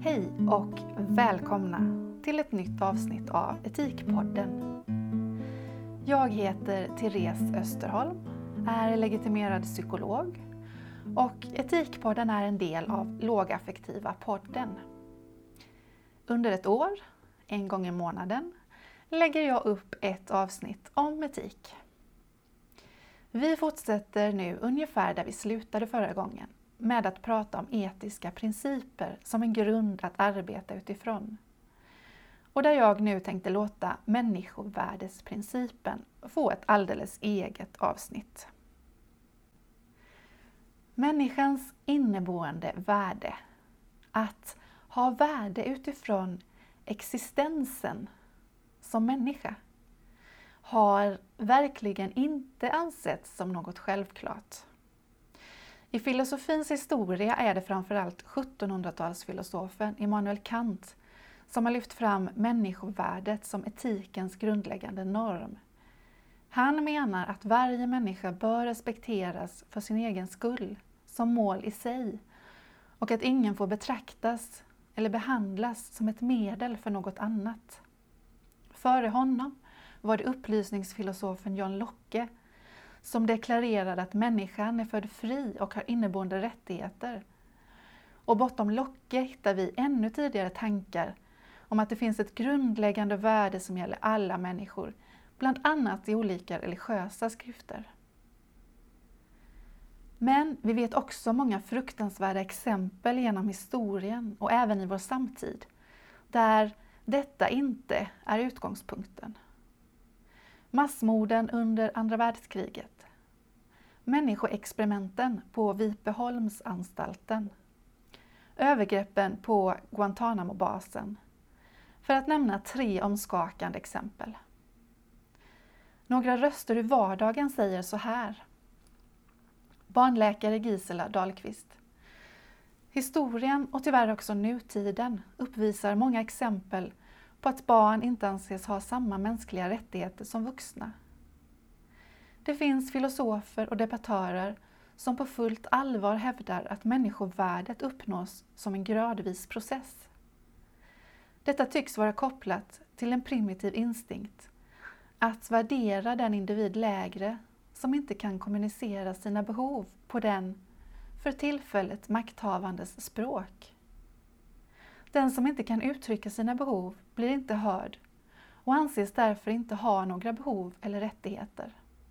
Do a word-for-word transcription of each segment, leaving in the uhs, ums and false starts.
Hej och välkomna till ett nytt avsnitt av Etikpodden. Jag heter Therese Österholm, är legitimerad psykolog och Etikpodden är en del av Lågaffektiva podden. Under ett år, en gång i månaden, lägger jag upp ett avsnitt om etik. Vi fortsätter nu ungefär där vi slutade förra gången med att prata om etiska principer som en grund att arbeta utifrån. Och där jag nu tänkte låta människovärdesprincipen få ett alldeles eget avsnitt. Människans inneboende värde, att ha värde utifrån existensen som människa, har verkligen inte ansetts som något självklart. I filosofins historia är det framförallt sjuttonhundratalsfilosofen Immanuel Kant som har lyft fram människovärdet som etikens grundläggande norm. Han menar att varje människa bör respekteras för sin egen skull, som mål i sig, och att ingen får betraktas eller behandlas som ett medel för något annat. Före honom var det upplysningsfilosofen John Locke som deklarerade att människan är född fri och har inneboende rättigheter. Och bortom Locke hittar vi ännu tidigare tankar om att det finns ett grundläggande värde som gäller alla människor, bland annat i olika religiösa skrifter. Men vi vet också många fruktansvärda exempel genom historien och även i vår samtid, där detta inte är utgångspunkten. Massmorden under andra världskriget, människoexperimenten på Vipeholmsanstalten, övergreppen på Guantanamo-basen, för att nämna tre omskakande exempel. Några röster i vardagen säger så här. Barnläkare Gisela Dahlqvist. Historien och tyvärr också nutiden uppvisar många exempel på att barn inte anses ha samma mänskliga rättigheter som vuxna. Det finns filosofer och debattörer som på fullt allvar hävdar att människovärdet uppnås som en gradvis process. Detta tycks vara kopplat till en primitiv instinkt, att värdera den individ lägre som inte kan kommunicera sina behov på den för tillfället makthavandes språk. Den som inte kan uttrycka sina behov blir inte hörd och anses därför inte ha några behov eller rättigheter.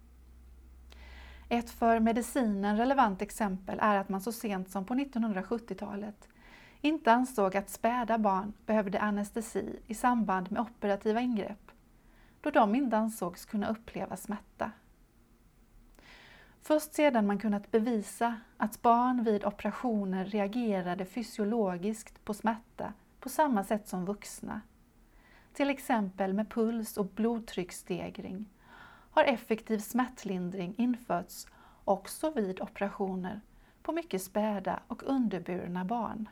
Ett för medicinen relevant exempel är att man så sent som på nittonhundrasjuttiotalet inte ansåg att späda barn behövde anestesi i samband med operativa ingrepp, då de inte ansågs kunna uppleva smärta. Först sedan man kunnat bevisa att barn vid operationer reagerade fysiologiskt på smärta på samma sätt som vuxna, till exempel med puls- och blodtrycksstegring, har effektiv smärtlindring införts också vid operationer på mycket späda och underburna barn.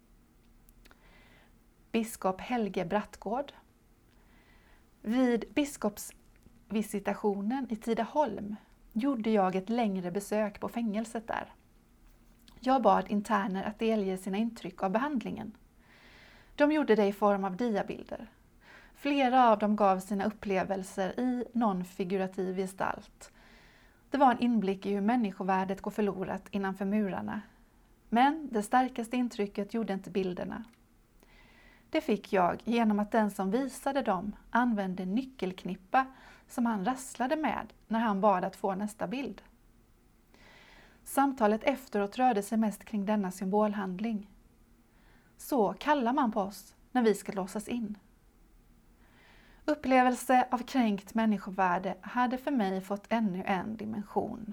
Biskop Helge Brattgård. Vid biskopsvisitationen i Tidaholm gjorde jag ett längre besök på fängelset där. Jag bad interner att delge sina intryck av behandlingen. De gjorde det i form av diabilder. Flera av dem gav sina upplevelser i non-figurativ gestalt. Det var en inblick i hur människovärdet går förlorat innanför murarna. Men det starkaste intrycket gjorde inte bilderna. Det fick jag genom att den som visade dem använde nyckelknippa som han rasslade med när han bad att få nästa bild. Samtalet efteråt rörde sig mest kring denna symbolhandling. Så kallar man på oss när vi ska låsas in. Upplevelse av kränkt människovärde hade för mig fått ännu en dimension.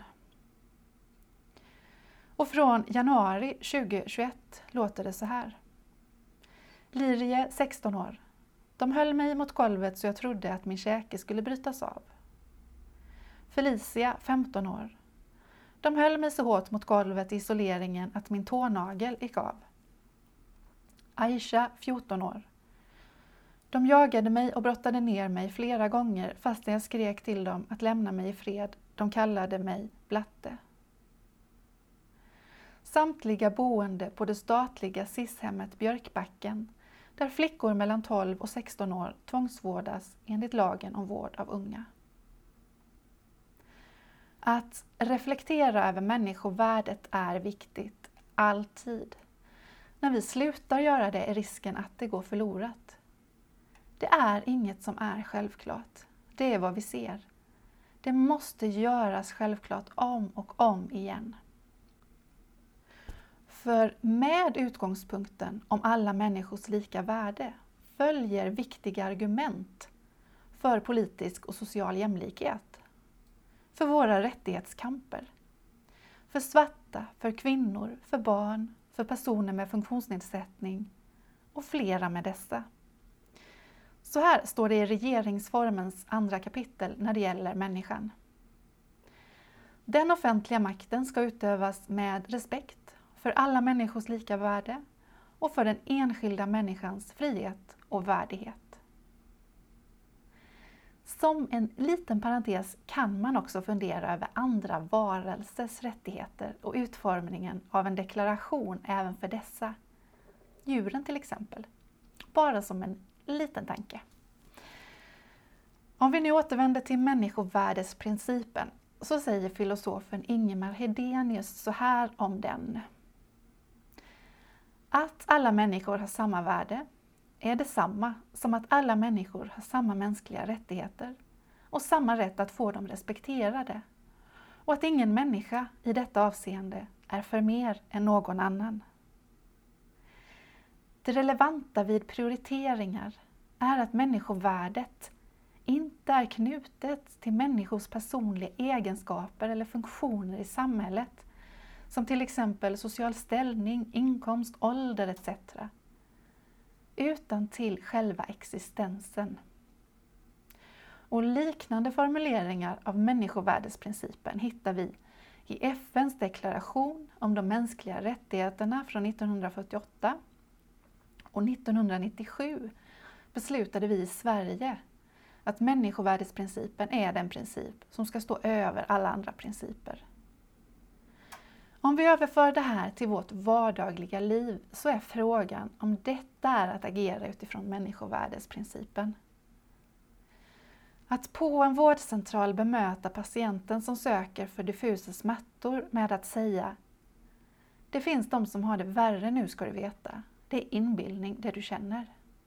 Och från januari tjugohundratjugoett låter det så här. Lirie, sexton år. De höll mig mot golvet så jag trodde att min käke skulle brytas av. Felicia, femton år. De höll mig så hårt mot golvet i isoleringen att min tånagel gick av. Aisha, fjorton år. De jagade mig och brottade ner mig flera gånger fast jag skrek till dem att lämna mig i fred. De kallade mig Blatte. samtliga boende på det statliga S I S-hemmet Björkbacken, där flickor mellan tolv och sexton år tvångsvårdas enligt lagen om vård av unga. Att reflektera över människovärdet är viktigt, alltid. När vi slutar göra det är risken att det går förlorat. Det är inget som är självklart. Det är vad vi ser. Det måste göras självklart om och om igen. För med utgångspunkten om alla människors lika värde följer viktiga argument för politisk och social jämlikhet. För våra rättighetskamper. För svarta, för kvinnor, för barn, för personer med funktionsnedsättning och flera med dessa. Så här står det i regeringsformens andra kapitel när det gäller människan. Den offentliga makten ska utövas med respekt för alla människors lika värde och för den enskilda människans frihet och värdighet. Som en liten parentes kan man också fundera över andra varelsers rättigheter och utformningen av en deklaration även för dessa. Djuren till exempel. Bara som en liten tanke. Om vi nu återvänder till människovärdesprincipen så säger filosofen Ingemar Hedenius så här om den. Att alla människor har samma värde är detsamma som att alla människor har samma mänskliga rättigheter och samma rätt att få dem respekterade och att ingen människa i detta avseende är för mer än någon annan. Det relevanta vid prioriteringar är att människovärdet inte är knutet till människors personliga egenskaper eller funktioner i samhället, som till exempel social ställning, inkomst, ålder et cetera, utan till själva existensen. Och liknande formuleringar av människovärdesprincipen hittar vi i F N:s deklaration om de mänskliga rättigheterna från nittonhundrafyrtioåtta och nittonhundranittiosju beslutade vi i Sverige att människovärdesprincipen är den princip som ska stå över alla andra principer. Om vi överför det här till vårt vardagliga liv så är frågan om detta är att agera utifrån människovärdesprincipen. Att på en vårdcentral bemöta patienten som söker för diffusa smärtor med att säga: det finns de som har det värre nu, ska du veta. Det är inbildning det du känner.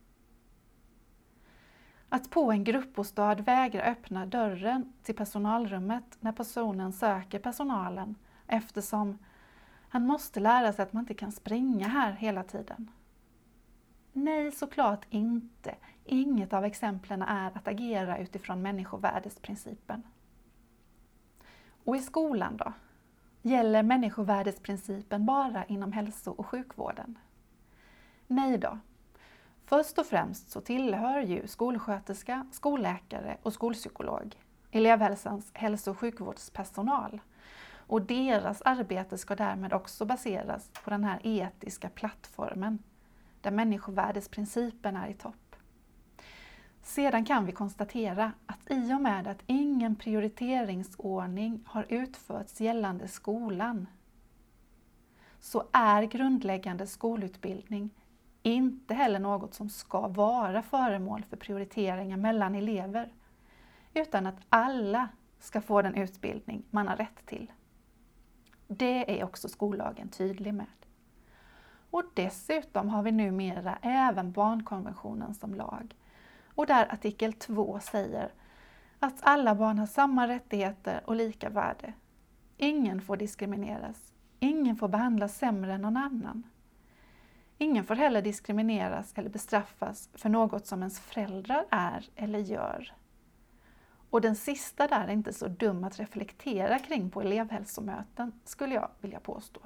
Att på en gruppbostad vägra öppna dörren till personalrummet när personen söker personalen eftersom han måste lära sig att man inte kan springa här hela tiden. Nej, såklart inte. Inget av exemplen är att agera utifrån människovärdesprincipen. Och i skolan då? Gäller människovärdesprincipen bara inom hälso- och sjukvården? Nej då. Först och främst så tillhör ju skolsköterska, skolläkare och skolpsykolog elevhälsans hälso- och sjukvårdspersonal. Och deras arbete ska därmed också baseras på den här etiska plattformen där människovärdesprincipen är i topp. Sedan kan vi konstatera att i och med att ingen prioriteringsordning har utförts gällande skolan så är grundläggande skolutbildning inte heller något som ska vara föremål för prioriteringar mellan elever, utan att alla ska få den utbildning man har rätt till. Det är också skollagen tydlig med. Och dessutom har vi numera även barnkonventionen som lag. Och där artikel två säger att alla barn har samma rättigheter och lika värde. Ingen får diskrimineras. Ingen får behandlas sämre än någon annan. Ingen får heller diskrimineras eller bestraffas för något som ens föräldrar är eller gör. Och den sista där är inte så dum att reflektera kring på elevhälsomöten, skulle jag vilja påstå.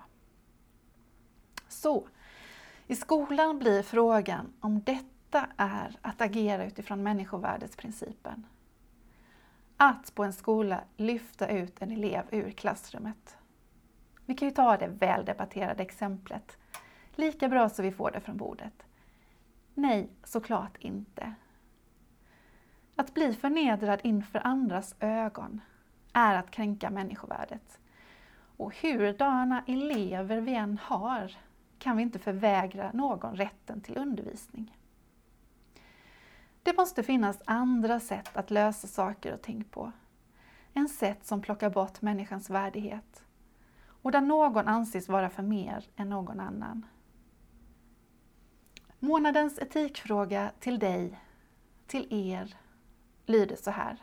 Så, i skolan blir frågan om detta är att agera utifrån människovärdesprincipen. Att på en skola lyfta ut en elev ur klassrummet. Vi kan ju ta det väldebatterade exemplet. Lika bra så vi får det från bordet. Nej, såklart inte. Att bli förnedrad inför andras ögon är att kränka människovärdet. Och hurdana elever vi än har kan vi inte förvägra någon rätten till undervisning. Det måste finnas andra sätt att lösa saker och ting på. En sätt som plockar bort människans värdighet. Och där någon anses vara för mer än någon annan. Månadens etikfråga till dig, till er, lyder så här.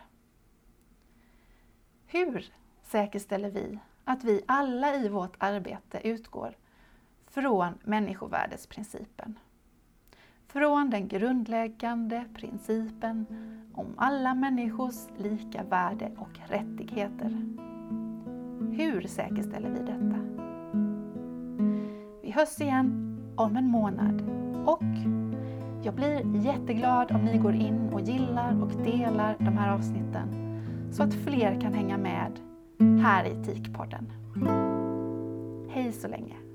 Hur säkerställer vi att vi alla i vårt arbete utgår från människovärdesprincipen? Från den grundläggande principen om alla människors lika värde och rättigheter. Hur säkerställer vi detta? Vi hörs igen om en månad och jag blir jätteglad om ni går in och gillar och delar de här avsnitten så att fler kan hänga med här i Etikpodden. Hej så länge!